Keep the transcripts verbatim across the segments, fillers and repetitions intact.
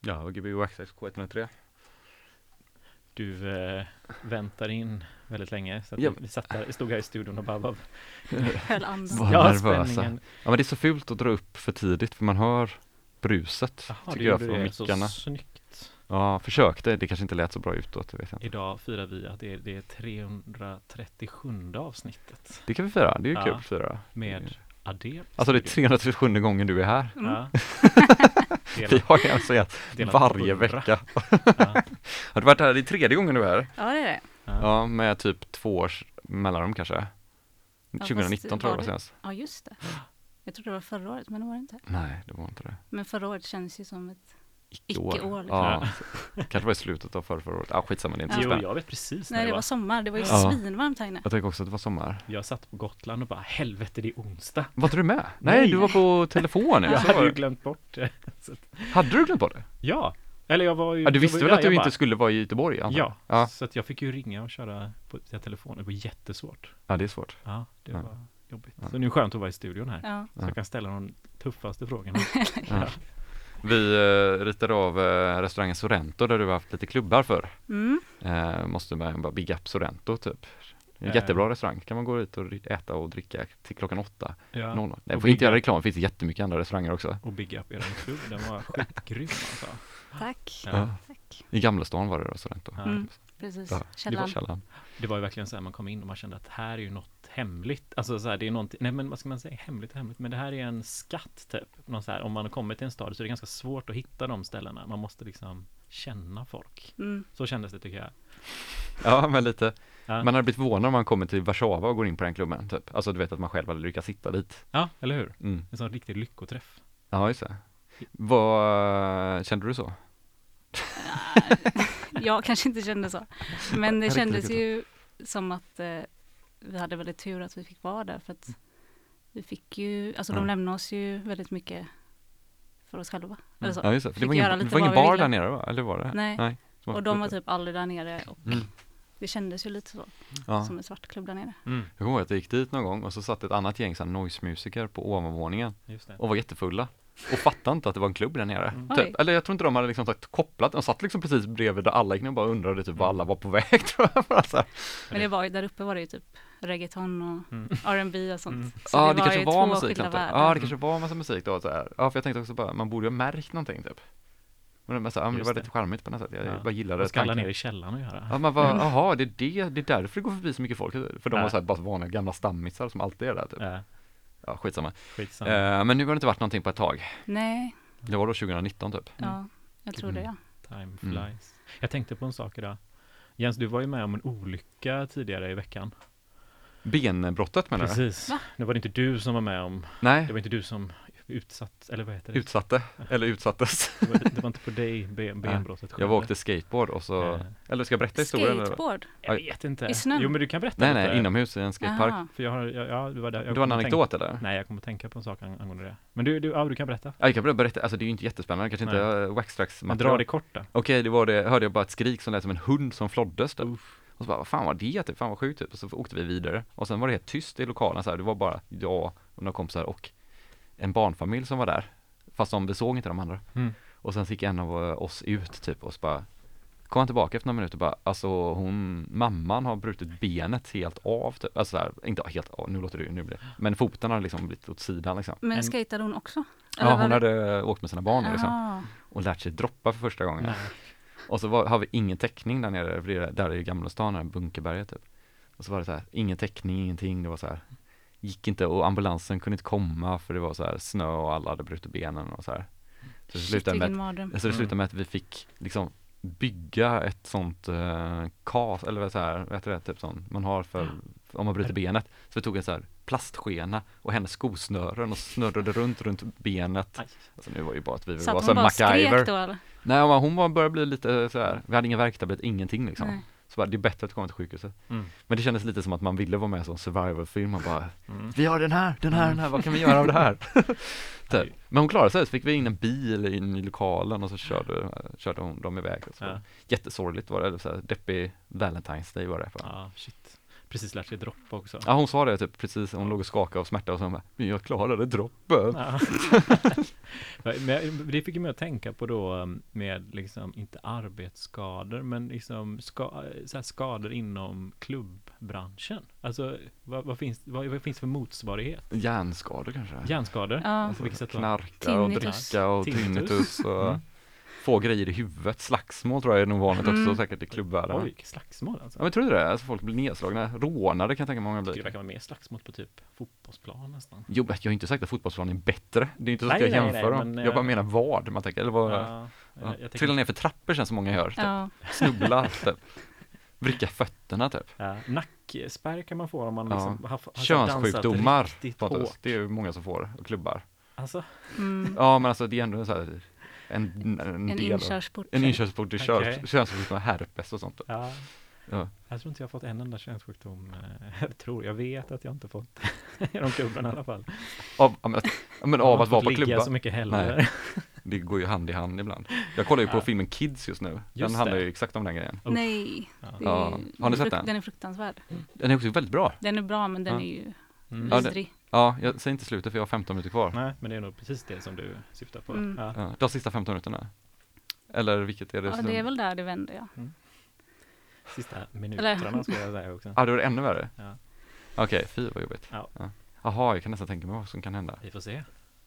Ja, och G B U Access K ett noll tre. Du eh, väntar in väldigt länge. Så att Ja. vi satt där, stod här i studion och bara var, Höll andan. Var ja, nervösa. spänningen. Ja, men det är så fult att dra upp för tidigt för man hör bruset, Jaha, tycker det jag, gjorde från det så mickarna. snyggt. Ja, försökte. Det kanske inte lät så bra utåt, det vet jag inte. Idag firar vi att det är, det är trehundratrettiosjunde avsnittet Det kan vi fira, det är ju Ja. kul att fira. med Adel. Alltså det är trehundratrettiosjunde gången du är här. Mm. Ja. Vi Delat, har ju alltså gett delat på varje hundra. vecka. Ja. Har du varit här, det är tredje gången du är här? Ja, det är det. Ja. Ja, med typ två års mellanrum kanske. fast tjugonitton tror jag var det var det- senast. Ja, just det. Jag trodde det var förra året, men det var det inte. Nej, det var inte det. Men förra året känns ju som ett... Icke-år. Icke-år, liksom. Ja, kanske var i slutet av förra, förra året. Ja, skitsamma, det är inte så Jo, spännande. jag vet precis när Nej, det det var. var sommar. Det var ju Ja. svinvarmt här inne. Jag tänker också att det var sommar. Jag satt på Gotland och bara, helvete det är onsdag. Var inte du med? Nej, Nej. du var på telefonen. Jag Så hade var ju det. glömt bort det. Så att, Hade du glömt på det? ja, eller jag var ju... Ja, du jag visste var väl ju att där, du jag inte bara, skulle vara i Göteborg? antar jag? Ja, Ja. så att jag fick ju ringa och köra på till telefonen. Det var jättesvårt. Ja, det är svårt. Ja, det Ja. var jobbigt. Ja. Så nu är det skönt att vara i studion här. Ja. Så jag kan ställa de tuffaste frågorna. Ja. Vi eh, ritade av eh, restaurangen Sorrento där du har haft lite klubbar för. Mm. Eh, måste man bara big up Sorrento typ. En Eh. jättebra restaurang. Kan man gå dit och ri- äta och dricka till klockan åtta. Ja. noll noll. Nej, Och får inte big göra up. reklam. Det finns jättemycket andra restauranger också. Och big up er klubb, den var skitgrym alltså. Tack. Ja. Tack. I Gamla stan var det då, Sorrento. Ja. Mm. Precis. Ja, det var Källan. källan. Det var ju verkligen så här, man kom in och man kände att här är ju något hemligt. Alltså så här, det är någonting, nej men vad ska man säga, hemligt och hemligt. Men det här är en skatt typ. Någon så här, om man har kommit till en stad så är det ganska svårt att hitta de ställena. Man måste liksom känna folk. Mm. Så kändes det tycker jag. Ja, men lite. Ja, Man hade blivit förvånad om man kommer till Warszawa och går in på den klubben typ. Alltså du vet att man själv hade lyckats sitta dit. ja eller hur? Mm. En sån riktig lyckoträff. Ja, just det. Vad kände du så? Jag kanske inte kände så. Men det Riktigt kändes lyckat. ju som att eh, vi hade väldigt tur att vi fick vara där. För att vi fick ju, alltså de Ja. lämnade oss ju väldigt mycket för oss själva. Eller så. Ja, just det. För det Fick var göra ingen, det lite var ingen vad vi bar ville. där nere va? Eller var det? Nej. Nej. som Och de var uppe. typ aldrig där nere. Och Mm. det kändes ju lite så, Ja. som en svartklubb där nere. Mm, Jag kommer ihåg att jag gick dit någon gång och så satt ett annat gäng sån noise-musiker på ovanvåningen just det. och var jättefulla. Och fattade inte att det var en klubb där nere. Mm. Oj. Typ. Eller jag tror inte de hade liksom sagt kopplat. De satt liksom precis bredvid där alla gick ner och bara undrade typ var alla var på väg tror jag. Bara så här. Men det var ju, där uppe var det ju typ reggaeton och Mm. R and B och sånt. Mm. Så Ja, det, det var kanske ju var två musik. skilda Inte. världar. Ja, det kanske var massa musik då. Så här. Ja, för jag tänkte också bara, man borde ju ha märkt någonting typ. Men det, så här, ja, men det Just var det. lite charmigt på något sätt. Jag Ja. bara gillade Vad ska alla tanken. ner i källaren och göra? Ja, man bara, jaha, det är det, det är därför det går förbi så mycket folk. För de Ja. var så här bara vanliga gamla stammisar som alltid är där typ. Ja, Ja, skitsamma. skitsamma. Eh, men nu har det inte varit någonting på ett tag. Nej, Det var då tjugonitton typ. ja, jag tror det. Ja. Time Mm. flies. Jag tänkte på en sak idag. Jens, du var ju med om en olycka tidigare i veckan. Benbrottet menar du? Precis. Va? Nu var det inte du som var med om, Nej, det var inte du som utsatt, eller vad heter det? utsatte. Eller utsattes. Det var, det var inte på dig ben, benbrottet Jag var åkte skateboard och så, Eh. eller ska jag berätta historien? Eller? Skateboard. Jag vet inte. I snön? Jo men du kan berätta Nej, lite. nej, inomhus i en skatepark. Aha. För jag har, ja, ja du var där. Jag Det var en kommer anekdot tänka, eller? Nej, jag kommer tänka på en sak ang- angående det. Men du, du, ja, du kan berätta. Ja, jag kan börja berätta, alltså det är ju inte jättespännande, kanske inte Nej. uh, waxtrax Men dra det kort då. Okej, det var det, hörde jag bara ett skrik som lät som en hund som floddes typ. Uff. Och så bara, vad fan var det typ? Fan vad sjukt typ. Och så åkte vi vidare. Och sen var det helt tyst i lokalen så här. Det var bara jag och några kompisar och en barnfamilj som var där. Fast de, vi såg inte de andra. Mm. Och sen gick en av eh, oss ut typ och så bara kom han tillbaka efter några minuter och bara, alltså hon, mamman har brutit benet helt av typ. Alltså så här, inte helt av, nu låter det ju, nu blir det. Men foten har liksom blivit åt sidan liksom. Men En- skejtade hon också? Ja, var hon det- hade åkt med sina barn liksom. Aha. Och lärt sig droppa för första gången. Nej. Och så var, har vi ingen täckning där nere, för det är, där är ju Gamla stan, här Bunkerberget typ. Och så var det så här, ingen täckning, ingenting, det var så här, gick inte, och ambulansen kunde inte komma för det var så här snö och alla hade brutit benen och så här. Så det Shit, slutade med, vilken mardröm. att, så det slutade med att vi fick liksom bygga ett sånt uh, kas, eller vad så här, vet du det, typ sånt man har för, om man bryter benet. Så vi tog en så här plastskena och hennes skosnören och snurrade runt runt benet. Aj. Alltså nu var ju bara att vi Så var att så hon bara MacGyver. skrek då eller? Nej, men hon var började bli lite så här. Vi hade ingen värktablett, ingenting liksom. Nej. Så bara, det är bättre att komma till sjukhuset. Mm. Men det kändes lite som att man ville vara med i en sån survival-film. Man bara, Mm. vi har den här, den här, den här, vad kan vi göra av det här? typ. Men hon klarade sig, så fick vi in en bil in i lokalen och så körde, körde hon dem iväg. Och så. Ja. Jättesorgligt var det, eller så här, deppig Valentine's Day var det. Ja, shit. precis lärt sig droppa också. Ja, hon sa det typ precis, hon låg och skakade av smärta och så bara, men jag klarade droppen. Ja. Men det fick mig att tänka på då med liksom, inte arbetsskador, men liksom ska, så här skador inom klubbbranschen. Alltså, vad, vad, finns, vad, vad finns för motsvarighet? Hjärnskador kanske? Hjärnskador? Ja. På vilket sätt då? Knarka och Tinnitus. dricka och Tinnitus. tinnitus och Mm. få grejer i huvudet. Slagsmål tror jag är nog vanligt också, Mm. säkert i klubbvärlden. Oj, vilket slagsmål alltså. Ja, men tror du det? Alltså folk blir nedslagna. Rånare kan jag tänka mig många Jag tycker blir. det verkar vara mer slagsmål på typ fotbollsplan nästan. Jo, men jag har inte sagt att fotbollsplanen är bättre. Det är inte så att Nej, jag nej, jämför nej, dem. men, jag bara eh, menar vad man tänker. Eller vad, Ja, ja. jag, jag tänker, Trilla ner för trappor känns som många gör. Typ. Ja. Snubbla, typ. Vricka fötterna, typ. ja, nackspärr kan man få om man Ja. liksom har, har Könssjukdomar, dansat riktigt Pontus. hårt. Det är ju många som får och klubbar. Alltså, Mm. Ja, men alltså det är ändå så här en, en, En del av, inkörsport. en inkörsport till kör, Okej. könssjukdomar, herpes och sånt. ja. Ja. Jag tror inte jag har fått en enda könssjukdom. eh, Jag tror, jag vet att jag inte fått i de klubbarna i alla fall. Av, ja, men, ja, men Jag har av att inte vara fått på ligga klubbar. så mycket heller. Det går ju hand i hand ibland. Jag kollar ju på Ja. filmen Kids just nu. Den Just handlar det. ju exakt om den grejen. Usch. Nej. Ja. Det är Ja. ju- Har ni sett frukt- den? Den är fruktansvärd. Den är också väldigt bra. Den är bra, men den Ja. är ju Mm. Ja, det- vidrig. Ja, jag säger inte slutet för jag har femton minuter kvar. Nej, men det är nog precis det som du syftar på. Mm. Ja. Ja, de sista femton minuterna. Eller vilket är det? Ja, som- det är väl där det vänder, ja. Sista minuterna Eller- ska jag säga också. Ja, då är det ännu värre. Ja. Okej, fy vad jobbigt. Ja. Jaha, jag kan nästan tänka mig vad som kan hända. Vi får se.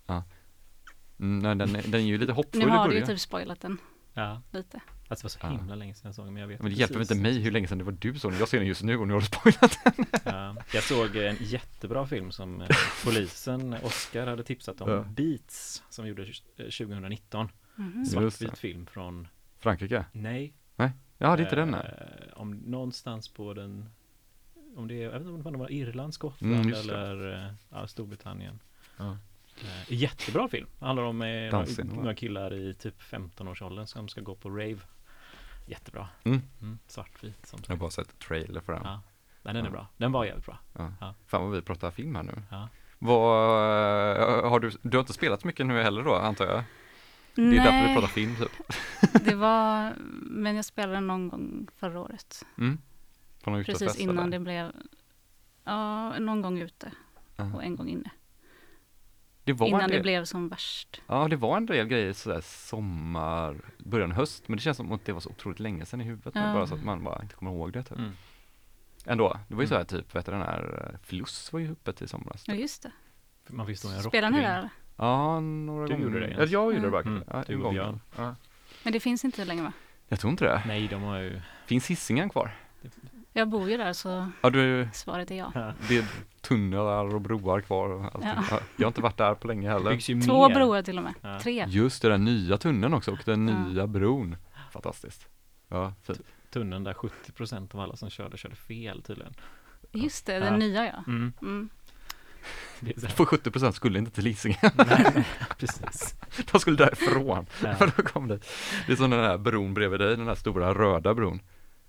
Mm, nej, den, är- den är ju lite hoppfull Nu i har du ju början. typ spoilat den Ja. lite. Alltså det var så Ja. himla länge sedan jag såg den, men jag vet Men det hjälper precis. inte mig hur länge sedan det var du såg den. Jag ser den just nu och nu har du spoilat den. Ja. Jag såg en jättebra film som eh, polisen, Oscar, hade tipsat om. Ja. Beats, som gjordes eh, tjugonitton. Mhm. Just Svartvit det. film från, Frankrike? nej. Ja, det är inte den. Nej. Eh, Om någonstans på den, om det är, jag vet inte om det var Irland, Skottland Mm, just det. eller eh, ja, Storbritannien. Ja. Eh, jättebra film. Handlar om eh, några, Dansscen, va? några killar i typ femton-årsåldern som ska gå på rave. Jättebra. Mm. Mm, svartvit som Jag har bara sett trailer för den. Ja, nej, den är Ja. bra. Den var jävligt bra. Ja. Ja. Fan vad vi pratar film här nu. Ja. Vad, eh, har du, du har inte spelat så mycket nu heller då, antar jag? Det är därför vi pratar film typ. det var, men jag spelade någon gång förra året. Mm. På någon Precis utfest, innan eller? det blev, ja, någon gång ute Ja. och en gång inne. Det var Innan en det del, blev som värst. Ja, det var en del grejer sådär sommar, början höst, men det känns som att det var så otroligt länge sedan i huvudet, men Ja. bara så att man bara inte kommer ihåg det typ. Mm. Ändå, det var ju Mm. så här typ, vet du, den här eh, Fluss var ju uppe till somras. Ja, Typ. just det. För Man fick stå i en Spelar ni rockring. där? Ja, några Du gånger. gjorde det, Ja, Jens. jag gjorde det bara. Mm. Ja, Du en och gång. Björn. Ja. Men det finns inte längre, va? Jag tror inte det. Nej, de har ju... Finns Hisingen kvar? Jag bor ju där, så Ja, du, svaret är ja. Ja. det är tunnlar och broar kvar och allting. Ja. Ja. Jag har inte varit där på länge Det heller. byggs ju Två mer. broar till och med. Ja. Tre. Just det, den nya tunneln också och den Ja. nya bron. Fantastiskt. Ja, fint. Tunneln där sjuttio procent av alla som körde, körde fel tydligen. Just det, Ja. den nya ja. Mm. Mm. Det är så här, För sjuttio procent skulle inte till Hisingen. nej, precis. De skulle därifrån. Ja. Ja. Då kom det. Det är som den här bron bredvid dig, den här stora röda bron.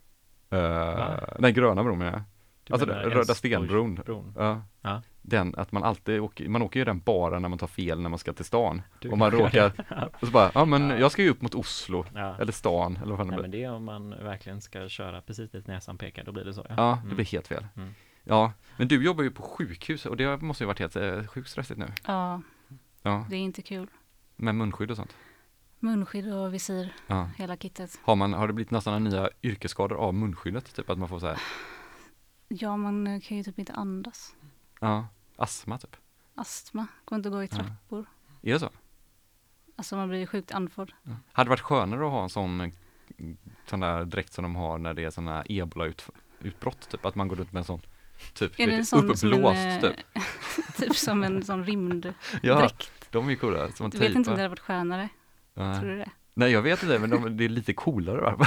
Uh, nej, gröna bron menar jag. Du Alltså menar den röda Älvsborgs- stenbron. bron. Ja. Ja. Den, att man alltid åker, man åker ju den bara när man tar fel när man ska till stan. Du och man kan göra råkar, och så bara, ja men Ja. jag ska ju upp mot Oslo, Ja. eller stan, eller vad fan det Nej, blir. men det är om man verkligen ska köra precis dit näsan pekar, då blir det så. Ja, Ja, det Mm. blir helt fel. Mm. Ja, men du jobbar ju på sjukhus och det måste ju varit helt eh, sjukt stressigt nu. Ja, Ja, det är inte kul. med munskydd och sånt. Munskydd och visir, Ja. hela kittet. Har, man, har det blivit nästan nya yrkesskador av munskyddet? Typ att man får så här, Ja, man kan ju typ inte andas. ja, astma typ. Astma, går inte att gå i Ja. trappor. Är det så? Alltså man blir sjukt andfådd. Ja. Hade det varit skönare att ha en sån, eh, sån där dräkt som de har när det är såna ebola-utbrott, typ att man går runt med en sån, typ, Är det en lite sån som en, uppblåst eh, typ. Typ som en sån rymddräkt. Ja, de är ju coola, som man Du vet inte om det tejpar. hade varit skönare? Nej. Tror du det? Nej, jag vet inte, men de, det är lite coolare va?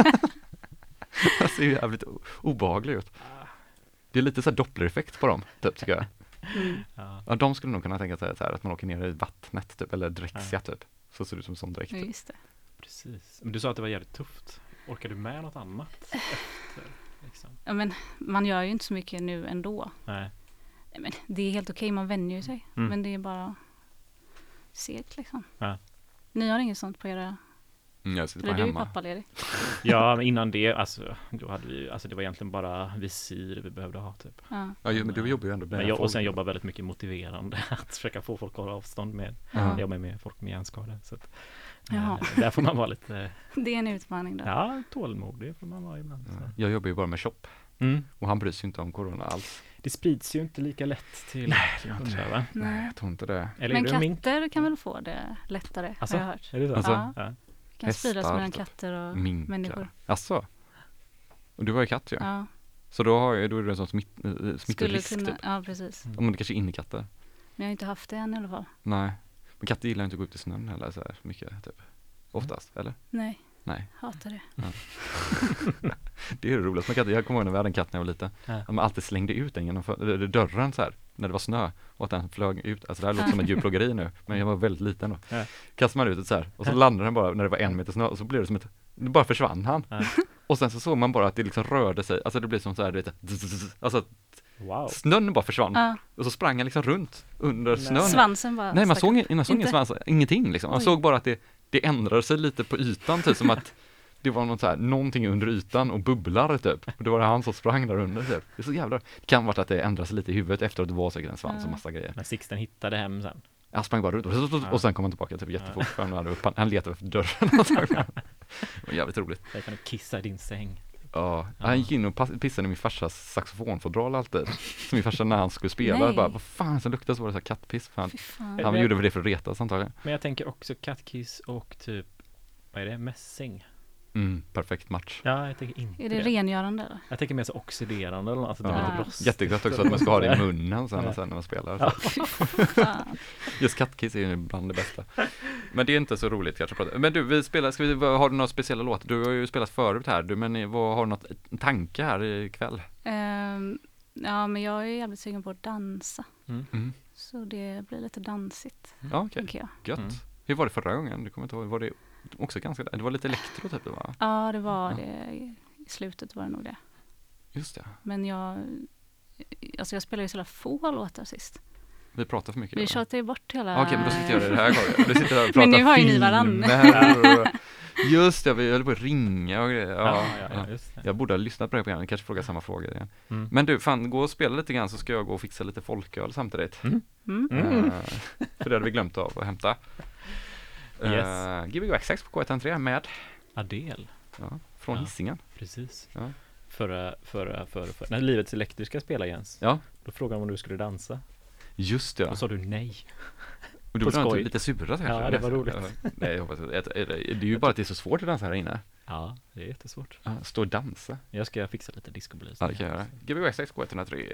Det ser ju jävligt o- obehagligt ut. Det är lite så här dopplereffekt på dem, typ, tycker jag. Mm. Ja. Ja, de skulle nog kunna tänka sig så här, att man åker ner i vattnet, typ, eller Drexia, typ. Så ser det ut som en sån dräkt. Ja, just det. Precis. Men du sa att det var jävligt tufft. Orkar du med något annat efter? Liksom? Ja, men man gör ju inte så mycket nu ändå. Nej. Nej, men det är helt okej, man vänjer ju sig. Mm. Men det är bara segt liksom. Ja. Ni har inget sånt på era Mm, jag sitter Eller bara du är ju hemma. pappaledig. Ja, men innan det, alltså, då hade vi, alltså det var egentligen bara visir vi behövde ha typ. Ja. Ja, ju- men du jobbar ju ändå med Men jag, och sen folk. jobba väldigt mycket motiverande, att försöka få folk att hålla avstånd med, Ja. jobba med folk med hjärnskador. Så att, Jaha. eh, där får man vara lite, Det är en utmaning då. ja, tålmodig får man vara ibland. Ja. Så. Jag jobbar ju bara med shop. Mm. Och han bryr sig inte om corona alls. Det sprids ju inte lika lätt till Nej, det gör inte hundar, det. va? Nej. Jag tror inte det. Eller Men är det min? katter kan väl få det lättare, Alltså, har jag hört. Är det så? Alltså, Ja. Ja. Kan spridas hästar, mellan typ. katter och Minkar. människor. Asså? Och du har ju katt ju. Ja. Så då, har jag, då är det en sån smitt, äh, Skulle smittorisk kunna, typ. ja precis. Om det kanske är innekatter. Men jag har inte haft det än i alla fall. Nej. Men katter gillar inte att gå ut i snön heller så här mycket typ. Oftast, eller? Nej, Nej. hatar det. Det är det roligaste med katter. Jag kommer ihåg när vi hade en katt när jag var liten. Ja. Att man alltid slängde ut den genom för- äh, dörren så här. När det var snö. Och att den flög ut. Alltså det här låter som en djurplågeri nu. Men jag var väldigt liten då. Ja. Kastade man ut det så här. Och så Ja. landade den bara när det var en meter snö. Och så blev det som ett, det bara försvann han. Ja. Och sen så såg man bara att det liksom rörde sig. Alltså det blev som så här, du vet, alltså att Wow. snön bara försvann. Ja. Och så sprang han liksom runt under Nej. snön. Svansen bara Nej, man stack såg, upp. ingen- man såg ingen Inte? svans, ingenting liksom. Man Oj. såg bara att det, det ändrade sig lite på ytan, typ som att det var något så här, någonting under ytan och bubblar typ. Och det var det han som sprang där under typ. Det är så jävla, det kan vara att det ändrade sig lite i huvudet efter att det var säkert en svans och Ja. massa grejer. Men Sixten hittade hem sen. Han sprang bara runt och, Ja. och sen kom han tillbaka typ jättefort. För han, hade upp, han letade efter dörren. Det var jävligt roligt. Jag kan kissa i din säng. Ja, Ja. han gick in och pass- pissade i min farsas saxofonfodral alltid. Så min farsa när han skulle spela, Nej. bara, vad fan så luktade så var det så här kattpiss. För han, Fy fan. han Men- gjorde väl det för att retas antagligen. Men jag tänker också kattkiss och typ, vad är det, mässing? Mm, perfekt match. Ja, jag tänker inte Är det rengörande eller? Jag tänker mer så oxiderande eller något, alltså det Ja. blir Ah. lite rost. Jättegott också att man ska ha det i Ja. munnen sen, Ja. sen när man spelar. Ja. Fan. Just kattkiss är ju bland det bästa. Men det är inte så roligt kanske att prata. Men du, vi spelar, ska vi, har du några speciella låtar? Du har ju spelat förut här, du, men vad, har du något en tanke här ikväll? Ehm, ja, men jag är jävligt sugen på att dansa. Mm. Mm. Så det blir lite dansigt, Ja, okej, tänker jag. gött. Mm. Hur var det förra gången? Du kommer inte ihåg, var det också ganska, det var lite elektro typ, va? Ja, det var Ja. det. I slutet var det nog det. Just det, Men jag, alltså jag spelade ju så jävla få låtar sist. vi pratar för mycket. Vi då. tjatade ju bort hela... Ja, okej, men då ska vi inte göra det här gången. Du sitter här och pratar Men nu har ju ni varann. filmer. Just det, vi höll på att ringa och grejer. Ja, Ja, ja, ja, just det. Jag borde ha lyssnat på det programmet, kanske fråga samma fråga igen. Mm. Men du, fan, gå och spela lite grann så ska jag gå och fixa lite folköl samtidigt. Mm. Mm. Mm. Eh, för det hade vi glömt av att hämta. Uh, Yes. Gbg Waxax på K ett tre med, Adel, ja, från Ja. Hisingen. precis. Ja. Förra, förra, förra, förra, när Livets Elektriska spela Jens, Ja, då frågade de om du skulle dansa. just det. Då sa du nej. Och du på var inte skoj. lite sura kanske? Ja, det var roligt. Ja, nej, jag hoppas att, det det är ju bara att det är så svårt att dansa här inne. Ja, det är jättesvårt. Ja, stå och dansa. Jag ska fixa lite discobelysning. Ja, det kan jag göra. Gbg Waxax K ett tre.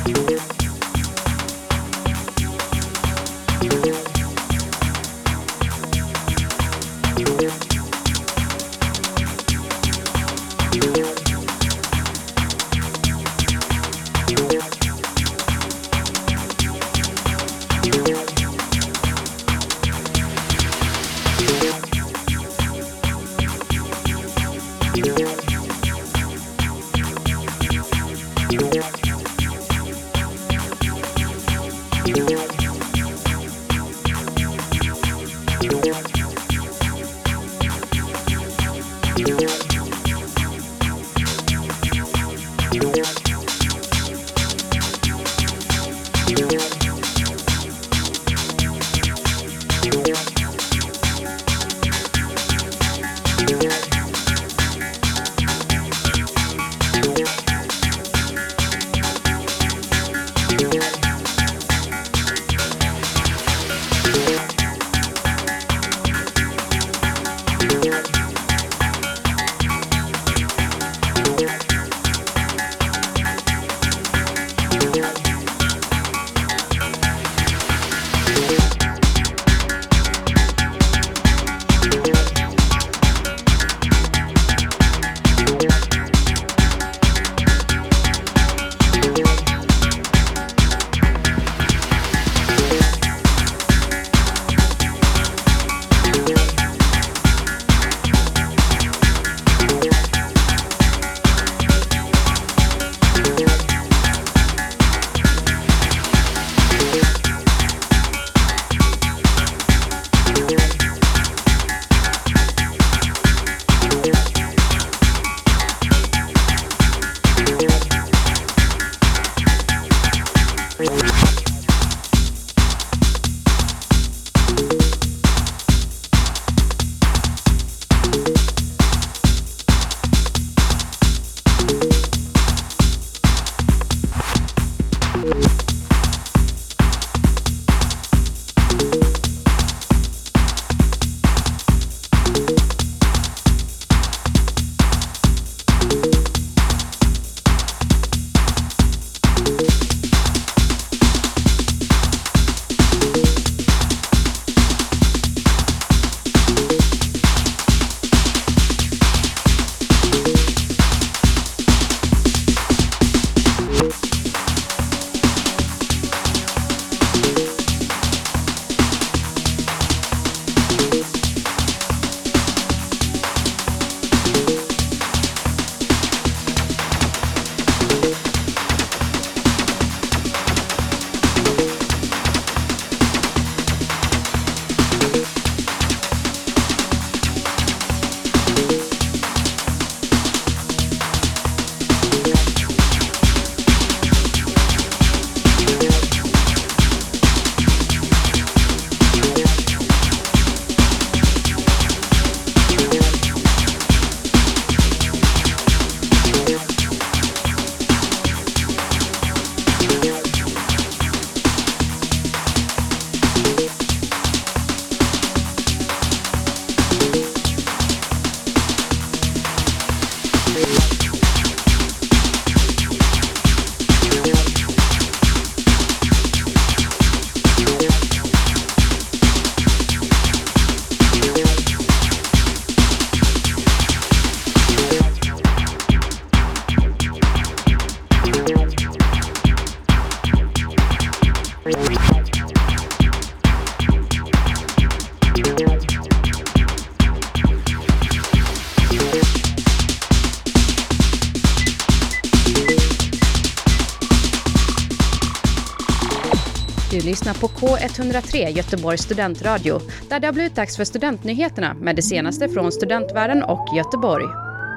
Du lyssnar på K ett noll tre Göteborgs studentradio, där det har blivit dags för studentnyheterna med det senaste från studentvärlden och Göteborg.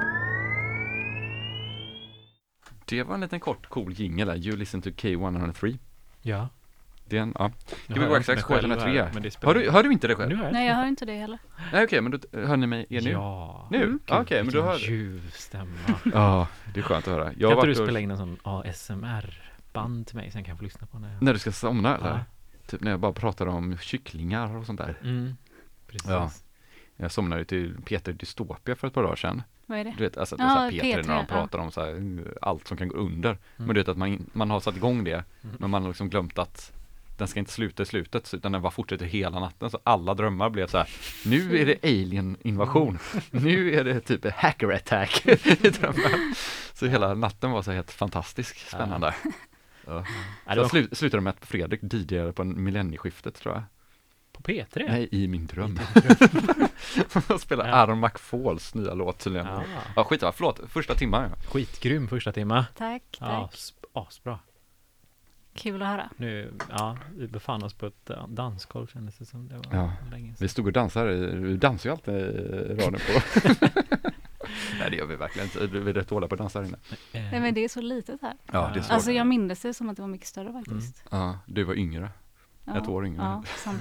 Det var en liten kort cool jingle där. You listen to K ett noll tre. Ja. Den, ja. Nu G B hör jag K X K ett noll tre. Har du, hör du inte det själv? Nu hör jag Nej, jag hör inte det heller. Nej, okej, okay, men då hör ni mig er nu? Ja. Nu? Mm. Ja, okej, okay, men då hör du. Ljuv stämma. Ja, det är skönt att höra. Jag kan inte du och... spela in en sån A S M R-band till mig, sen kan jag få lyssna på när jag... När du ska somna, eller? Ja. Typ när jag bara pratar om kycklingar och sånt där. Mm. Precis. Ja. Jag somnade till Peter Dystopia för ett par dagar sedan. Vad är det? Du vet, alltså det är Ja, så här P tre, P tre, när de ja. pratar om så här, uh, allt som kan gå under. Mm. Men du vet att man, man har satt igång det, Mm. men man har liksom glömt att den ska inte sluta i slutet, utan den bara fortsätter hela natten. Så alla drömmar blev så här, nu är det alien-invasion. Nu är det typ hacker-attack i drömmen. Så hela natten var så här helt fantastisk, spännande. Ja. Ja, det Så var slu- slutade med att Fredrik D J:ade på en millennieskiftet, tror jag. på P tre. Nej, i min dröm. Jag spelar Ja. Aaron McFalls nya låt tydligen. Ja. Ja, skit, va, förlåt, första timmen. Ja. Skitgrym första timma. Tack, tack. Ja, sp- asbra. Kul att höra. Nu, ja, vi befann oss på ett uh, dansgolv kändes det som. Det var Ja. länge sedan. Vi stod och dansade, vi dansar ju alltid i radion på. Nej, det gör vi verkligen inte. Vi är rätt dåliga på att dansa här inne. Eh, Nej, men det är så litet här. Ja, det är svårt. Alltså jag minns det som att det var mycket större faktiskt. Ja, du var yngre. Ja. Ett år yngre. Ja, sant.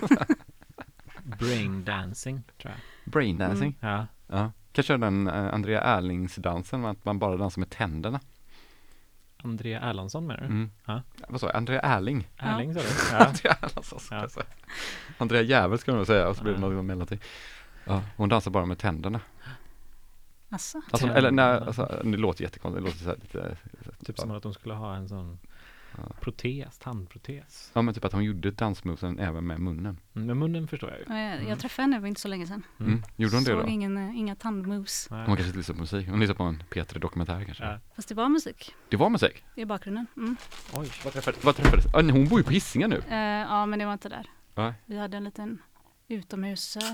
brain dancing, tror jag. Brain dancing. Ja. Ja. Kanske den uh, Andrea Erlings-dansen, att man bara dansar med tänderna. Andrea Erlandsson med det? Mm. Ja. Vad sa jag? Andrea Erling? Erling sa du? Ja. Andrea Erlandsson, ska Ja. jag säga. Andrea Jävel ska man nog säga, och så blir det Ja. något mellanting. Ja, hon dansar bara med tänderna. Alltså. Alltså, Tänderna. eller nej, alltså, det låter jättekonstigt, det låter så här lite... Typ som att de skulle ha en sån Ja. protes, tandprotes. Ja, men typ att hon gjorde dansmoven även med munnen. Mm, med munnen förstår jag ju. Jag, Mm. jag träffade henne för inte så länge sedan. Mm. Gjorde hon det Såg då? ingen, eh, inga tandmoves. Nej. Hon kanske inte lyssnar på musik. Hon lyssnar på en P tre-dokumentär kanske. Ja. Fast det var musik Det var musik. i bakgrunden. Mm. Oj. Vad träffades? Vad träffades? Ah, hon bor ju på Hisingen nu. Eh, ja, men det var inte där. Nej. Vi hade en liten utomhus eh,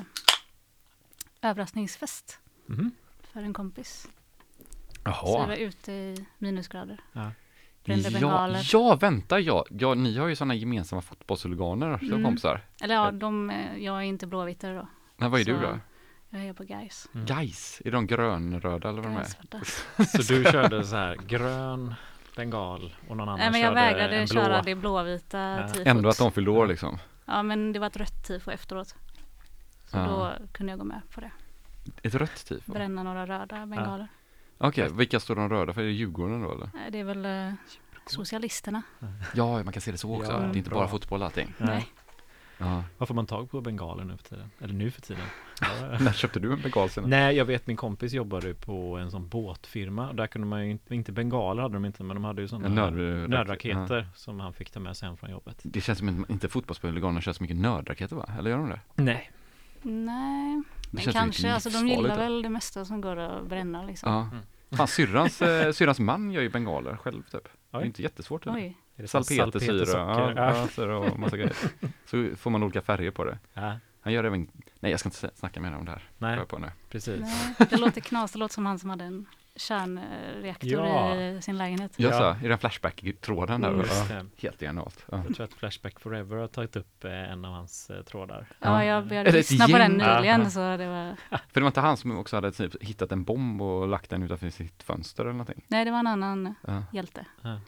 överraskningsfest Mhm. för en kompis. Så vi Jaha. var ute i minusgrader. Ja. Brände Ja, bengaler. ja, vänta, ja. ja. Ni har ju sådana gemensamma fotbollshuliganer som Mm. kompisar. Eller ja, de, eh, jag är inte blåvittare då. Nej, vad är Så- du då? Jag är på Gais. Mm. Gais? Är de grönröda eller vad de är? Svarta. Så du körde så här grön bengal och någon annan Nej, men jag körde vägrade en blå. köra det blåvita Ja. tifot. Ändå att de fyllde år liksom. Ja, men det var ett rött tifo efteråt. Så Ja. då kunde jag gå med på det. Ett rött tifo? Bränna några röda bengaler. Okej, vilka står de röda för? Är det Djurgården då eller? Nej, det är väl eh, socialisterna. Ja, man kan se det så också. Ja, det är inte bra. bara fotboll allting. Nej. Nej. Ja. Var får man tag på bengaler nu för tiden? Eller nu för tiden? Ja. När köpte du en bengal senast? Nej, jag vet min kompis jobbade på en sån båtfirma och där kunde man ju inte, inte bengaler hade de inte, men de hade ju sådana En nöd- nödraketer som han fick ta med sig hem från jobbet. Det känns som en, inte fotbollshuliganer kör så mycket nödraketer va? Eller gör de det? Nej. Nej, Det men känns ju kanske. lite Alltså, de livsfarligt, gillar då. väl det mesta som går att bränna liksom. Ja. Mm. Fan, syrrans, eh, syrrans man gör ju bengaler själv typ. Det är Oj. inte jättesvårt. Eller? Oj. Är det som Salpetersyra, salpetersocker? ja, Ja. ja, så och massa grejer. Så får man olika färger på det. Ja, Han gör även, nej jag ska inte sä- snacka mer om det här. nej, Får jag på nu. precis. Nej, det låter knas. Det låter som han som hade en kärnreaktor Ja. i sin lägenhet. Ja, Ja. så, i den Flashback-tråden där. Mm. Ja, Just det. helt genialt. Ja. Jag tror att Flashback Forever har tagit upp eh, en av hans eh, trådar. Ja, jag Eller började ett lyssna på den gäng. nyligen Ja. så det var... För det var inte han som också hade typ hittat en bomb och lagt den utanför sitt fönster eller någonting. Nej, det var en annan Ja. hjälte. Ja.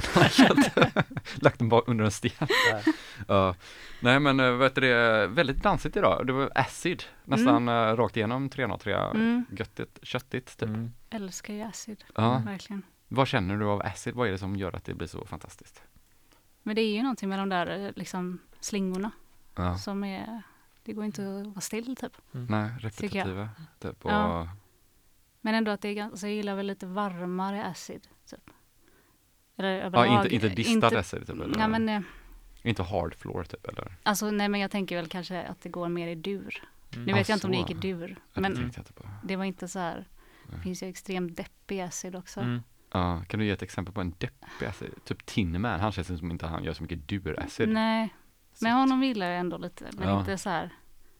Lagt den bara under en sten. Ja. Nej men eh, vet du det, väldigt dansigt idag. Det var acid, nästan eh, rakt igenom tre noll tre. Mm. Göttigt, köttigt typ. Mm. Älskar ju acid. Ja. Verkligen. Vad känner du av acid? Vad är det som gör att det blir så fantastiskt? Men det är ju någonting med de där eh, liksom slingorna Ja. som är... Det går inte att vara still typ. Nej, repetitiva typ. Och, Ja. Men ändå att det är ganska... Alltså, jag gillar väl lite varmare acid typ. Eller ja, överlag. inte, inte distad acid typ? Eller? Nej, men... eh, Inte hard floor typ eller? Alltså nej, men jag tänker väl kanske att det går mer i dur. Mm. Nu Ah, vet jag inte om det så. gick i dur. Ja, Men det tänkte jag inte på. det var inte så här... Det Nej. finns ju extremt deppig acid också. Mm. Ja, kan du ge ett exempel på en deppig acid? Typ Tinman, han känns som inte han gör så mycket dur acid. Nej, men honom gillar jag ändå lite. Men Ja. inte så här...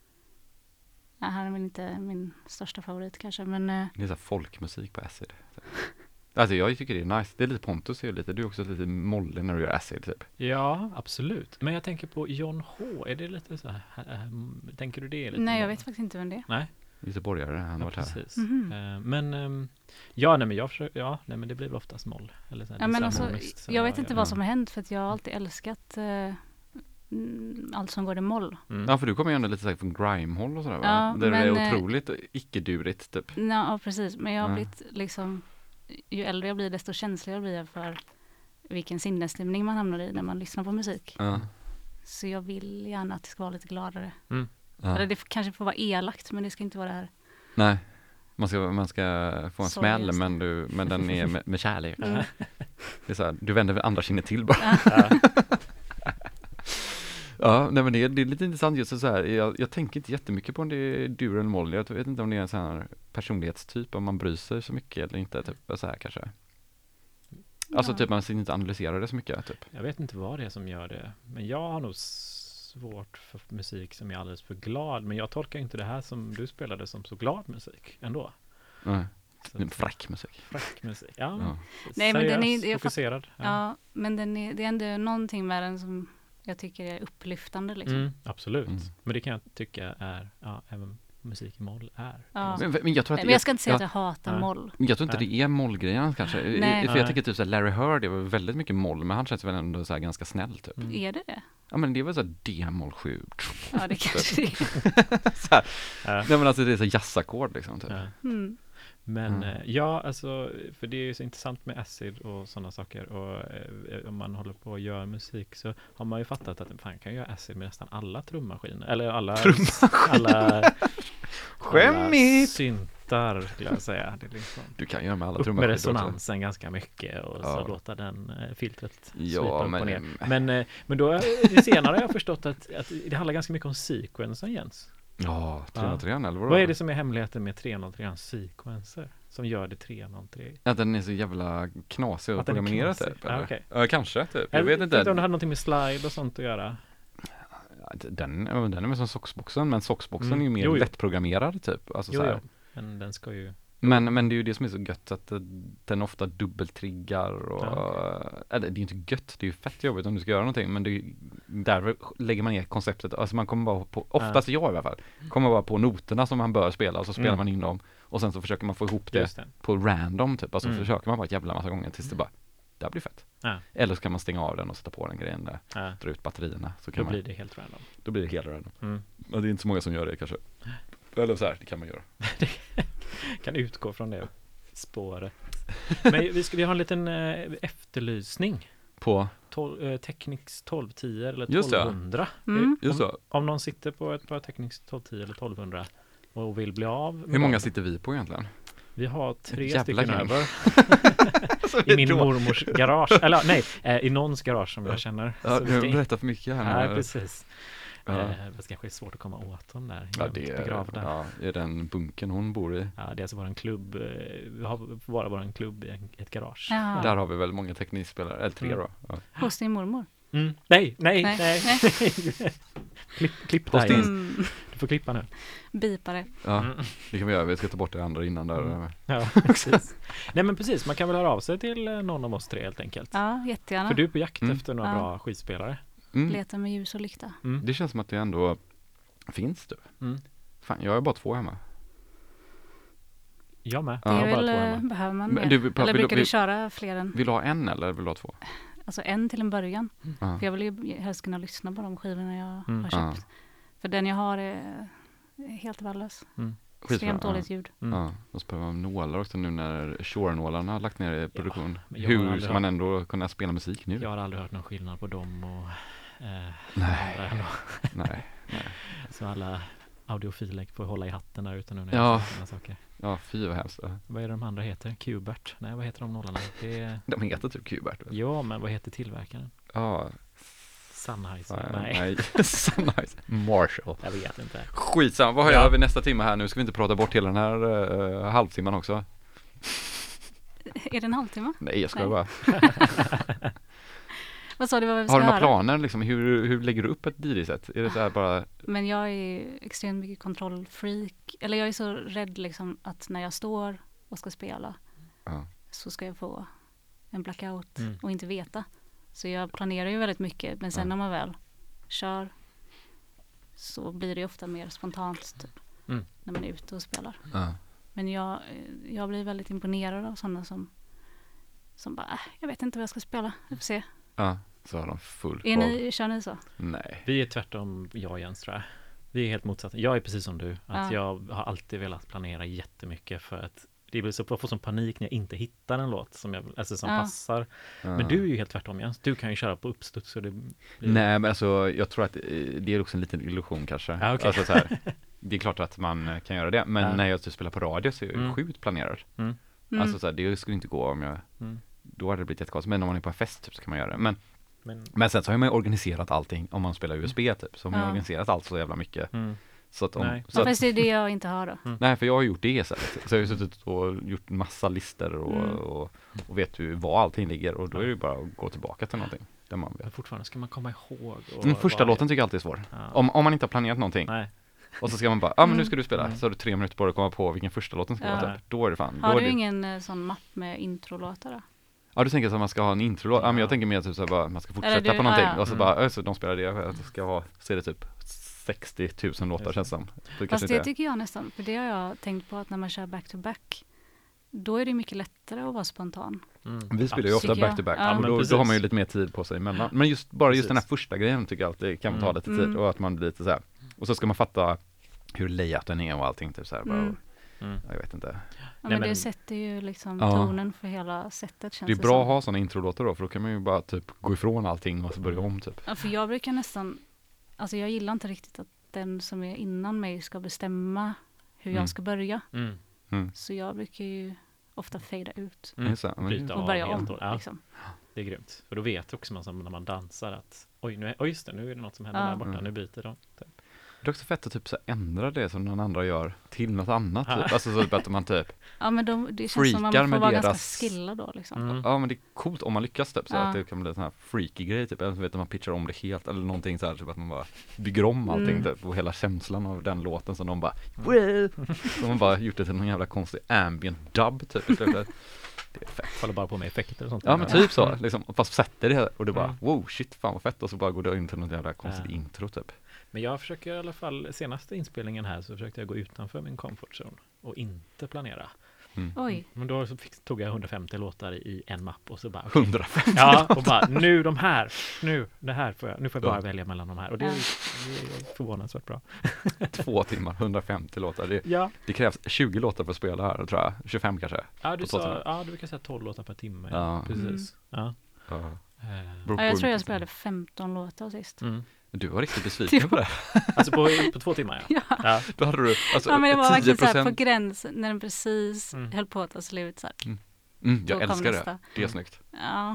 Nej, han är väl inte min största favorit kanske. Men eh, Det är så här folkmusik på acid. Alltså jag tycker det är nice. Det är lite Pontus, är lite. Du är också lite mollig när du gör acid typ. Ja, absolut. Men jag tänker på John H. Är det lite så här, äh, tänker du det är lite? nej, jag moll? vet faktiskt inte vem det är. Nej, Göteborgare, han har ja, varit här. precis. Mhm. Eh, men ehm, ja, nej men jag försöker, ja, nej men det blir väl oftast moll. Eller så här, Ja, men alltså, disharmoniskt, så jag vet inte ja. vad som har hänt för att jag har alltid älskat eh, mm, allt som går i moll. Mm. Ja, för du kommer ju ändå lite så här från grime-håll och sådär va? Ja, Där det är men, eh, otroligt icke-durigt typ. Ja, precis. Men jag har Ja. blivit liksom... Ju äldre jag blir, desto känsligare blir jag för vilken sinnesstämning man hamnar i när man lyssnar på musik. Ja. Så jag vill gärna att det ska vara lite gladare. Mm. Ja. Eller det f- kanske får vara elakt, men det ska inte vara det här. Nej. Man ska, man ska få en Så smäll, just det. men, du, men den är med, med kärlek. Mm. Det är så här, du vänder väl andra kinder till bara. Ja. Ja, nej men det är, det är lite intressant just så här, jag, jag tänker inte jättemycket på om det är dur eller moll. Jag vet inte om det är en sån här personlighetstyp, om man bryr sig så mycket eller inte, typ så här kanske. Alltså Ja. typ man inte analyserar det så mycket, typ. Jag vet inte vad det är som gör det. Men jag har nog svårt för musik som är alldeles för glad. Men jag tolkar inte det här som du spelade som så glad musik ändå. Nej, Så det är fräck musik. fräck musik. Ja, Ja. Nej, men den är- seriös, jag fatt- fokuserad. Ja, men den är, det är ändå någonting med den som jag tycker är upplyftande liksom. Mm, absolut. Mm. Men det kan jag tycka är, ja, även musik i moll är. Ja. Men, men jag tror att Nej, men jag ska inte säga jag, att jag hatar Ja. moll. Men jag tror inte Nej. det är mollgrejen kanske. I- Nej. För Nej. jag tycker typ såhär Larry Heard, det var väldigt mycket moll, men han känns väl ändå så här ganska snäll typ. Mm. Är det det? Ja men det var så här D-moll sju. Ja, det kanske det är. Så här. Ja. Nej men alltså det är så jazzackord liksom typ. Ja. Mm. Men Mm. eh, ja, alltså, för det är ju så intressant med acid och sådana saker. Och eh, om man håller på och gör musik så har man ju fattat att fan kan göra acid med nästan alla trummaskiner. Eller alla, alla, alla Skämmigt! syntar, skulle jag säga. Det är liksom Du kan göra med alla upp med trummor också. resonansen ganska mycket och Ja. så låta den eh, filtret Ja, slipa upp men- och ner. Men, eh, men då, eh, det senare har jag förstått att, att det handlar ganska mycket om sequensen, Jens. Ja, tre noll tre eller vadå? Vad är det som är hemligheten med tre noll tre sequencer som gör det tre noll tre? Att den är så jävla knasig att Att den är programmera knasig. typ? Ja, eller? okej. Ja, kanske typ. Jag Jag vet inte. om det hade någonting med slide och sånt att göra. Ja, Den, ja, men den är väl som Soxboxen, men Soxboxen Mm. är ju mer Jo, jo. lättprogrammerad typ. Alltså, Jo, så här. jo. Men den ska ju... Men, men det är ju det som är så gött att eh, den ofta dubbeltriggar och Ja. eller, det är ju inte gött, det är ju fett jobbigt om du ska göra någonting, men det är ju, där lägger man ner konceptet, alltså man kommer bara på, oftast jag i alla fall, kommer bara på noterna som man bör spela och så spelar Mm. man in dem och sen så försöker man få ihop det Just det. på random typ, alltså Mm. försöker man bara ett jävla massa gånger tills det bara, det här blir fett. Ja. Eller så kan man stänga av den och sätta på den grejen där, Ja. dra ut batterierna, så Då kan man, blir det helt random. då blir det helt random. Mm. Men det är inte så många som gör det kanske. Eller så här, det kan man göra. Kan utgå från det spåret. Men vi ska vi har en liten eh, efterlysning. På, Tol, eh, Technics tolv tio eller Just det. tolvhundra. Mm. just om, så. om någon sitter på ett par Technics tolv tio eller tolvhundra och vill bli av med Hur många dem. sitter vi på egentligen? Vi har tre Jävla stycken gäng. över Alltså, i min mormors garage. Eller nej, eh, i någons garage som jag känner. Ja, Så vi jag ska- berättar för mycket här. Nej, precis. Ja. Eh, det kanske är svårt att komma åt dem där. Ja, gömt det är, begravda. ja, är den bunken hon bor i. Ja, det är alltså vår klubb. eh, Vi har bara vår klubb i en, ett garage. Ja. Där har vi väl många teknikspelare, eller tre Mm. då. Ja. Hos din mormor. Mm. Nej, nej, nej. Nej, klipp, klipp det Hos här. din- Jens. Mm. Du får klippa nu. Bipa det. Ja, Mm. det kan vi göra. Vi ska ta bort det andra innan där. Mm. Ja, precis. Nej, men precis. Man kan väl höra av sig till eh, någon av oss tre helt enkelt. Ja, jättegärna. För du är på jakt Mm. efter några Ja. bra skivspelare. Mm. Leta med ljus och lykta. Mm. Det känns som att det ändå finns du. Mm. Fan, jag har bara två hemma. Jag med. Ja, det är jag har bara väl, två eh, hemma. behöver man Men mer? du, vill- Eller vill- brukar vill- du köra fler än, Vill du ha en eller vill du ha två? alltså en till en början? Ja. För jag vill ju helst kunna lyssna på de skivorna jag Mm. har Ja. köpt. För den jag har är helt värdelös. Mm. Extremt ja. dåligt ljud. Mm. Ja, och så behöver man nålar också nu när Shore-nålarna har lagt ner i produktion. men jag har Hur aldrig ska man ändå kunna spela musik nu? Jag har aldrig hört någon skillnad på dem och eh, Nej. andra ändå. Nej, nej. Så alla audiofiler får hålla i hatten där ute nu när Ja. jag säger såna saker. Ja, fy vad hemskt. Vad är det de andra heter? Qbert? Nej, vad heter de nålarna? Det är... De heter typ Qbert. Ja, men vad heter tillverkaren? Ja, Sennheiser? nej. Nej, nej. Sennheiser. Marshall. jag vet inte. Skitsamma, vad Ja. gör vi nästa timme här nu? Ska vi inte prata bort hela den här uh, halvtimman också? Är det en halvtimme? Nej, jag ska Nej. bara. Vad sa du vad vi Har ska du några höra? planer liksom? Hur, hur lägger du upp ett D J-set? Är det så här bara, Men jag är ju extremt mycket kontrollfreak. Eller jag är så rädd liksom att när jag står och ska spela ja, så ska jag få en blackout Mm. och inte veta. Så jag planerar ju väldigt mycket. Men sen Ja. när man väl kör så blir det ju ofta mer spontant typ, Mm. när man är ute och spelar. ja. Men jag, jag blir väldigt imponerad av sådana som, som bara, äh, jag vet inte vad jag ska spela. Vi får se. ja, så har de full Är koll. ni, kör ni så? Nej. Vi är tvärtom, jag och Jens tror jag. Vi är helt motsatta. Jag är precis som du. Att Ja. jag har alltid velat planera jättemycket för att det blir så, jag får sån panik när jag inte hittar en låt som, jag, alltså som Ja. passar. Ja. Men du är ju helt tvärtom Jens. Du kan ju köra på uppstuds så det blir... Nej, men alltså jag tror att eh, det är också en liten illusion kanske. Ja, okej. Alltså så här, det är klart att man eh, kan göra det. Men Ja. när jag typ spelar på radio så är jag Mm. sjukt planerad. Mm. Mm. Alltså så här, det skulle inte gå om jag, Mm. då hade det blivit jättekonstigt. Men om man är på en fest typ så kan man göra det. Men, Men, men sen så har man ju organiserat allting om man spelar U S B typ. Så har man ju Ja. organiserat allt så jävla mycket. mm. Så att om, Nej. så Ja, att, fast det är det jag inte har då. nej, för jag har gjort det istället. Så jag har ju suttit och gjort massa listor och, Mm. och, och vet ju var allting ligger. Och då är det ju bara att gå tillbaka till någonting. Där man Men vet. fortfarande ska man komma ihåg. Och Mm, första vad- låten tycker jag alltid är svår. Ja. Om, om man inte har planerat någonting. Nej. Och så ska man bara, ja ah, men nu Mm. ska du spela. Mm. Så har du tre minuter på dig att komma på vilken första låten ska Ja. vara typ. Då är det fan. Har då är du det, ingen eh, sån mapp med introlåtar då? Ja, du tänker så att man ska ha en introlåt. Ja, men jag Ja. tänker mer typ så här bara, man ska fortsätta Eller du- på någonting. ja, ja. Och så Mm. bara, äh, så de spelar det. Att det ska vara, så är det typ sextio tusen låtar Just känns som. Det Fast kanske det inte är. tycker jag nästan, för det har jag tänkt på att när man kör back-to-back, då är det mycket lättare att vara spontan. Mm. Vi spelar ju ofta Tycker jag. back-to-back. Ja, och men då, precis. då har man ju lite mer tid på sig emellan. Men just, bara just Precis. den här första grejen tycker jag alltid kan ta Mm. lite tid. Mm. Och att man blir lite så här. Och så ska man fatta hur layouten är och allting typ så här. Bara, Mm. Mm. jag vet inte. Ja, Nej, men men- det sätter ju liksom Ja. tonen för hela sättet känns Det är det bra som. att ha sådana introlåtar då, för då kan man ju bara typ gå ifrån allting och så börja om typ. Ja, för jag brukar nästan, alltså jag gillar inte riktigt att den som är innan mig ska bestämma hur Mm. jag ska börja. Mm. Mm. Så jag brukar ju ofta fejda ut Mm. Just det, men- Bryta och av börja helt om. och- ja. Liksom. Det är grymt. För då vet också man som när man dansar att oj, nu är, oj just det, nu är det något som händer Ja. där borta, Mm. nu byter de. Typ. Det är också fett att typ så här ändra det som någon andra gör till något annat Ja. typ. Alltså så typ att man typ, Ja, men de, det känns som att Freakar man med får vara deras- ganska skillad då liksom. Mm. ja men det är coolt om man lyckas typ så Ja. att det kan bli en sån här freaky grej typ. Eller så vet att man pitchar om det helt eller någonting så här typ att man bara bygger om allting Mm. typ. Och hela känslan av den låten som de bara, Mm. så de har bara gjort det till någon jävla konstig ambient dub typ. i slutet. Det är fett. Håller bara på med effekter och sånt. Ja men typ så, liksom, fast sätter det och det bara, Mm. wow shit fan vad fett och så bara går det in till något jävla konstigt Ja. intro typ. Men jag försöker i alla fall, senaste inspelningen här så försökte jag gå utanför min comfort zone och inte planera. Mm. Oj, Men då så fick, tog jag hundrafemtio låtar i en mapp och så bara okej. hundrafemtio Ja, och bara nu de här, nu det här får jag, nu får jag bara Ja. välja mellan de här och det är, Ja. det är förvånansvärt bra. två timmar, hundrafemtio låtar. Det, Ja, det krävs tjugo låtar för att spela här tror jag, tjugofem kanske. ja du På två sa, timmar. ja du brukar säga tolv låtar per timme. Ja. Precis. Ja. Ja. Eh, Beror ja, jag på- tror jag spelade femton låtar sist. Mm. Du var riktigt besviken på det. Alltså på, på två timmar ja. Ja. ja. Då hade du, alltså Ja, men det var tio verkligen så här på procent. gränsen när den precis Mm. höll på att ta slut så här. Mm, Då jag kom älskar det. nästa. Det är Mm. snyggt. Ja,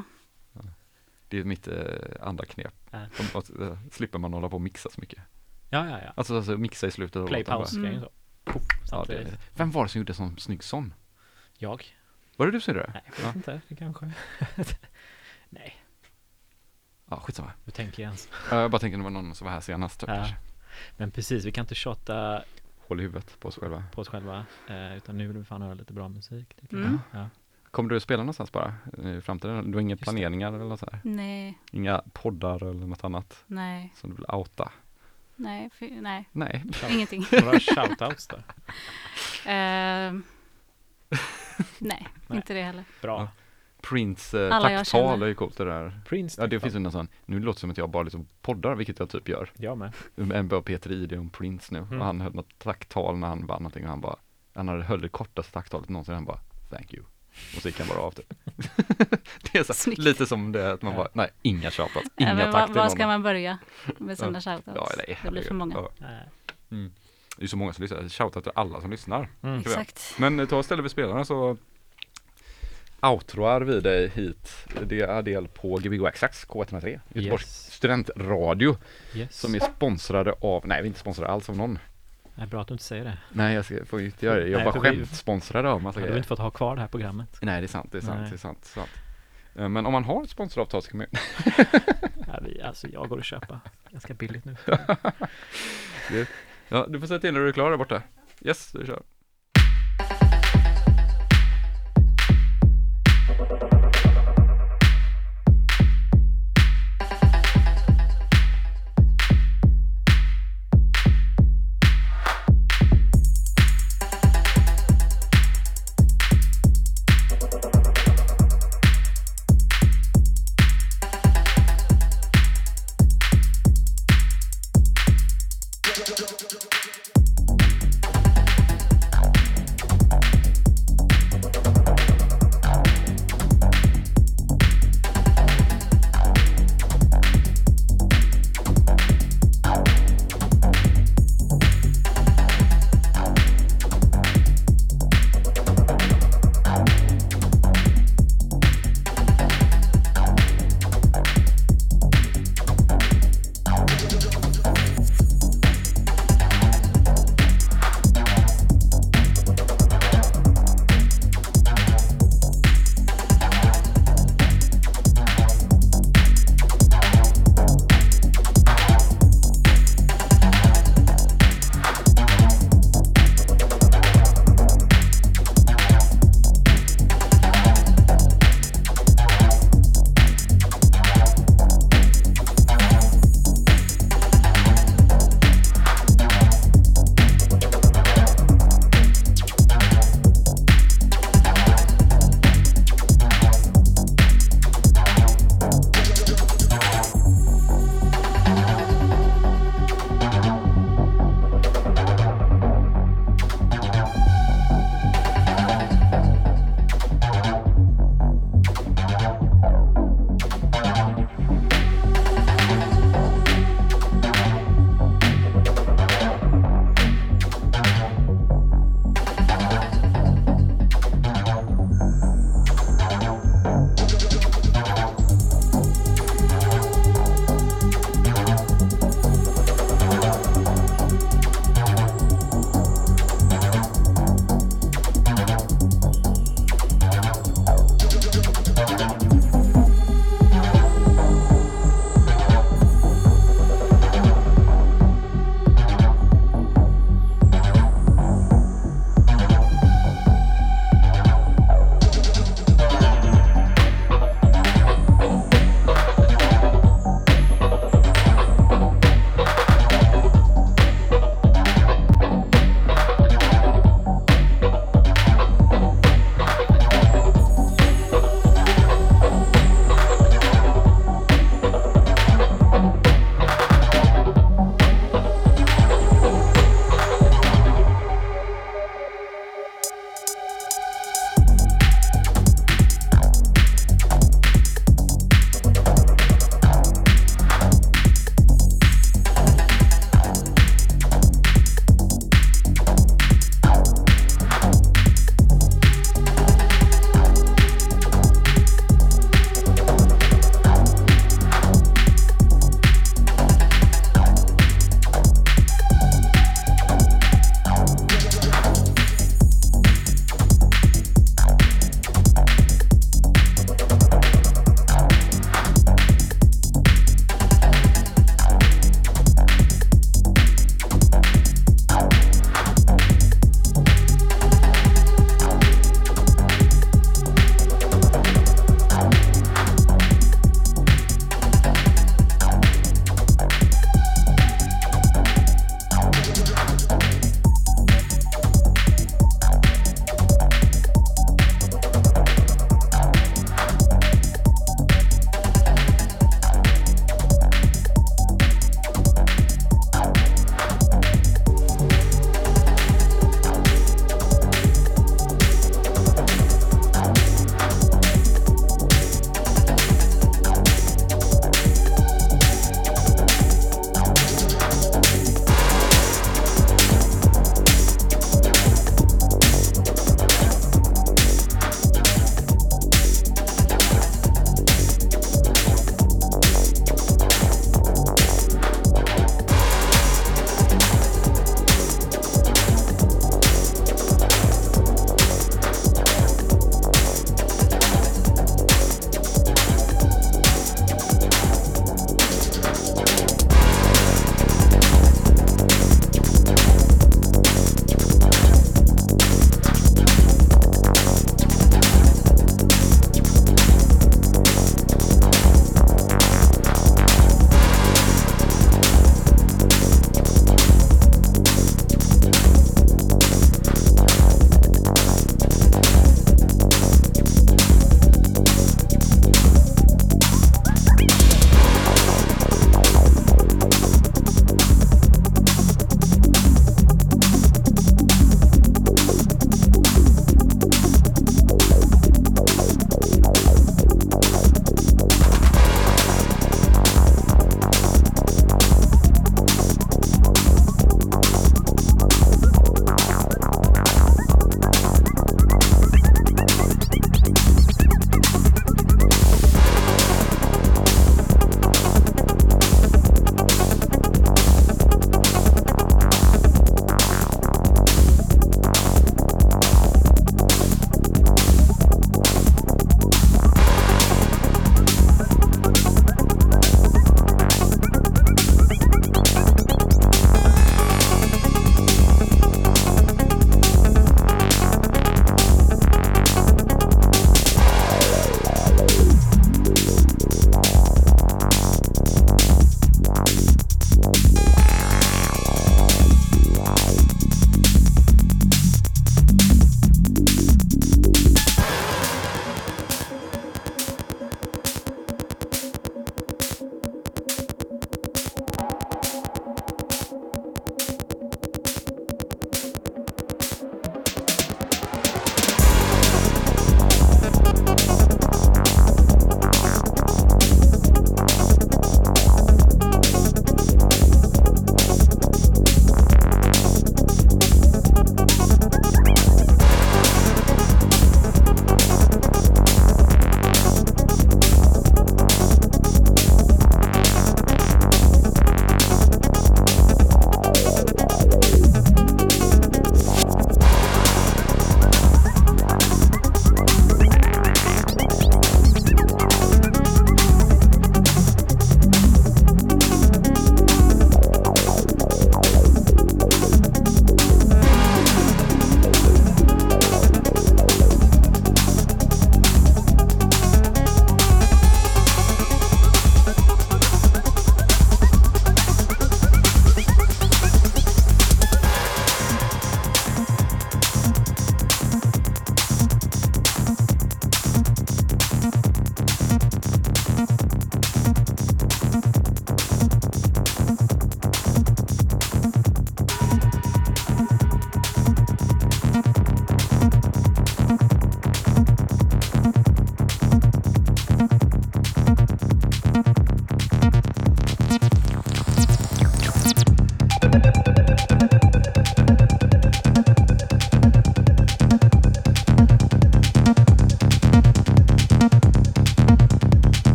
Det är mitt eh, andra knep. Ja. Och, och, eh, slipper man hålla på och mixa så mycket. Ja, ja, ja. Alltså, alltså mixa i slutet av Play låten bara. pause grejen Mm. så. Puff, Ja, samtidigt. det, vem var det som gjorde sån snygg sån? Jag? Var det du som gjorde det? Nej, jag vet Ja. inte. Det kanske. Nej, Ja, skitsamma. hur tänker jag ens? Ja, jag bara tänker det var någon som var här senast typ, Ja. kanske. Men precis, vi kan inte tjata Håll i huvudet på oss själva. på oss själva. Eh, utan nu vill vi fan höra lite bra musik. tycker Mm. jag. Ja. Kommer du att spela någonstans bara i framtiden? Du har inga Just det. planeringar eller något så här? nej, Inga poddar eller något annat nej, som du vill outa? nej, fy- nej, Nej. ingenting. Några shoutouts då? Ehm, nej, Nej. inte det heller. Bra. Ja. Prince eh, Alla jag tacktal känner. är ju coolt det där. Prince. Ja det tacktal. finns ju någon sån, nu låter det som att jag bara liksom poddar, vilket jag typ gör. Jag med. En bara Peter Ide om Prince nu. Mm. Och han höll något tacktal när han vann någonting och han bara, han hade höll det kortaste tacktalet någonsin, han bara, thank you. Och så gick han bara av typ. Det är så, Snyggt. lite som det att man Ja. bara, nej inga shoutouts, Ja, inga men tack var, till var någon. ska man börja med sina Ja. shoutouts? Ja, nej, det blir herregud. för många. Ja. Nej. Mm. Det är så många som lyssnar, shoutout till alla som lyssnar. Mm. tror jag. Exakt. Men eh, ta och ställer vi spelarna så outroar vi dig hit. Det är Adele på G B G X K etthundratre, Göteborgs Yes. studentradio Yes. som är sponsrade av, nej vi är inte sponsrade alls av någon. Nej, bra att du inte säger det. Nej jag ska, får ju inte göra det, jag Nej, bara för vi- skämtsponsrade av massa Du har grejer. inte fått ha kvar det här programmet. Nej det är sant, det är sant, Nej. det är sant, det är sant. Eh, Men om man har ett sponsoravtal så kan man Ja, vi, alltså jag går och köpa ganska billigt nu. ja du får säga till när du är klar där borta. Yes, du kör.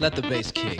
Let the bass kick.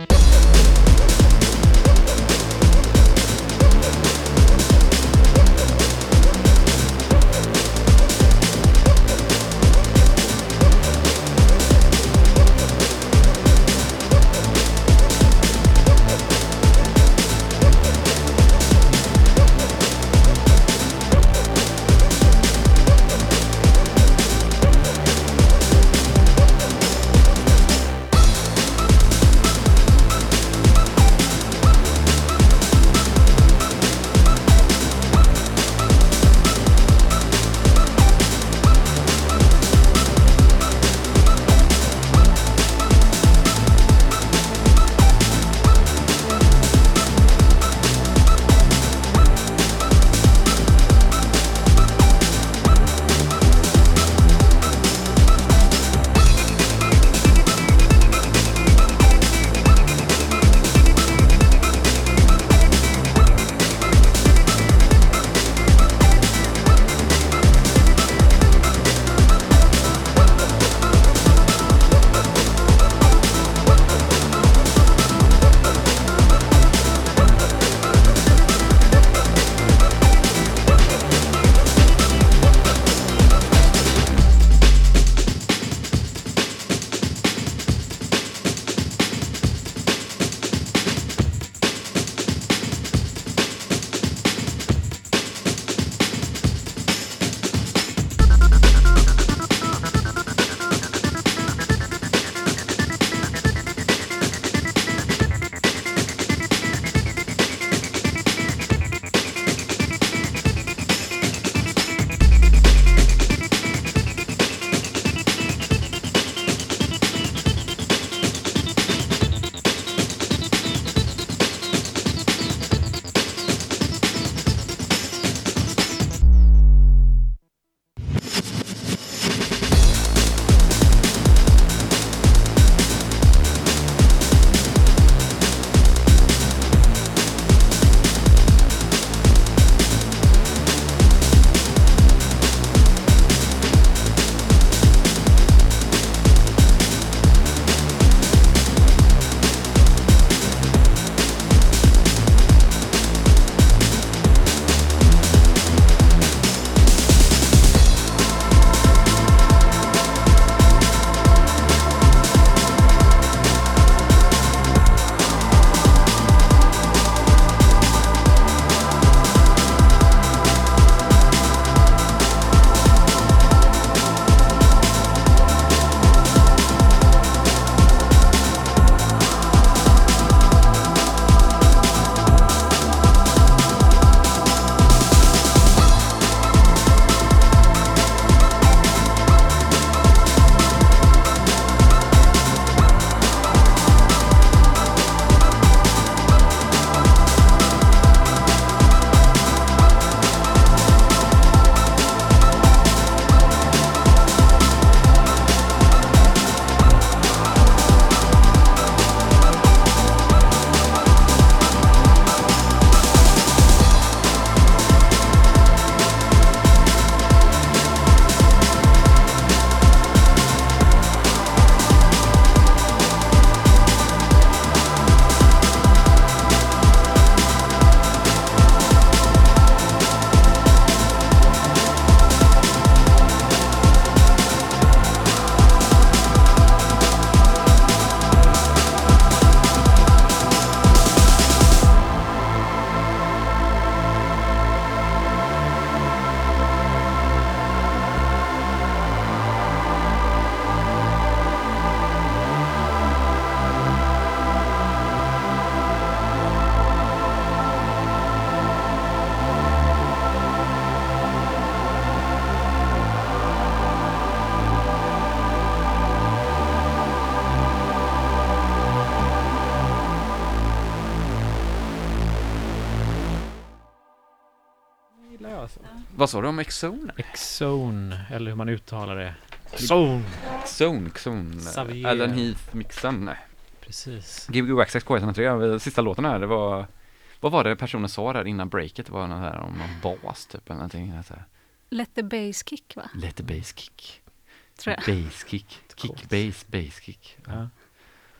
alltså. Vad sa du om X-Zone? X-Zone, eller hur man uttalar det. Zone. Zone, Xone. Xavier. Alan Heath-mixen. Nej. Precis. G B G Waxxax K ett noll tre, sista låten här, det var... Vad var det personen sa där innan breaket? Det var något här om någon bas typ eller någonting. Så här. Let the bass kick, va? Let the bass kick. Tror jag. Bass kick. Kick, bass, bass kick. Ja. Ja.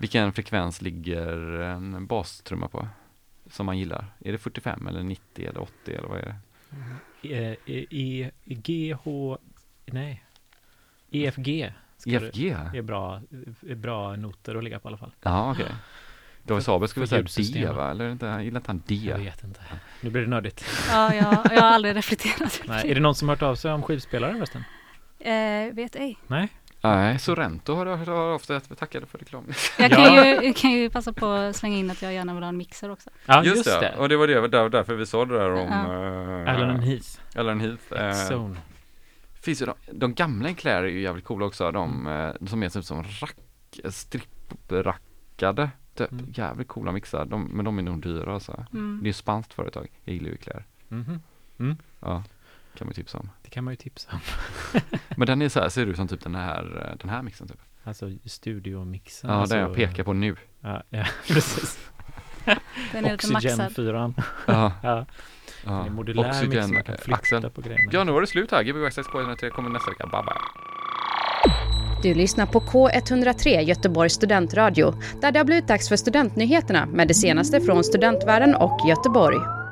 Vilken frekvens ligger en bastrumma på? Som man gillar? Är det fyrtiofem eller nittio eller åttio eller vad är det? E, e, e, G, H, nej. E F G. E F G? Det är bra, är bra noter att ligga på i alla fall. Ja, okej. Okay. David Saber skulle säga D, va? Eller inte, gillar inte han D? Jag vet inte. Nu blir det nördigt. Ja, jag, jag har aldrig reflekterat. Nej, är det någon som har hört av sig om skivspelare förresten? Eh, vet ej. Nej. Nej, Sorrento har jag ofta att vi tackade för reklam. Jag kan, Ja. ju, jag kan ju passa på att slänga in att jag gärna vill ha en mixer också. Ja, Just, just det. det. Och det var det där, därför vi sa det där om Ja. uh, Alan Heath. Alan Heath. Uh, Zone. Finns ju de, de gamla Eclair är ju jävligt coola också. De uh, som är typ som rack, stripprackade. Typ. Mm. Jävligt coola mixar. De, men de är nog dyra alltså. Mm. Det är ju spanskt företag. Jag gillar ju Eclair. Mhm. Mm. Ja, kan man tipsa om. Det kan man ju tipsa om. Men den är så här, ser ut som typ den här, den här mixen typ. Alltså studiomixen. Ja, alltså, den jag pekar på nu. Ja, ja precis. Den är lite Oxygen maxad. fyra. Ja, Ja, ja. det är modulär mix, Oxygen, man kan flytta Axel. på grejerna. Ja, nu var det slut här. G B X K etthundratre kommer nästa vecka. Bye bye. Du lyssnar på K etthundratre Göteborgs studentradio, där det har blivit dags för studentnyheterna med det senaste från studentvärlden och Göteborg.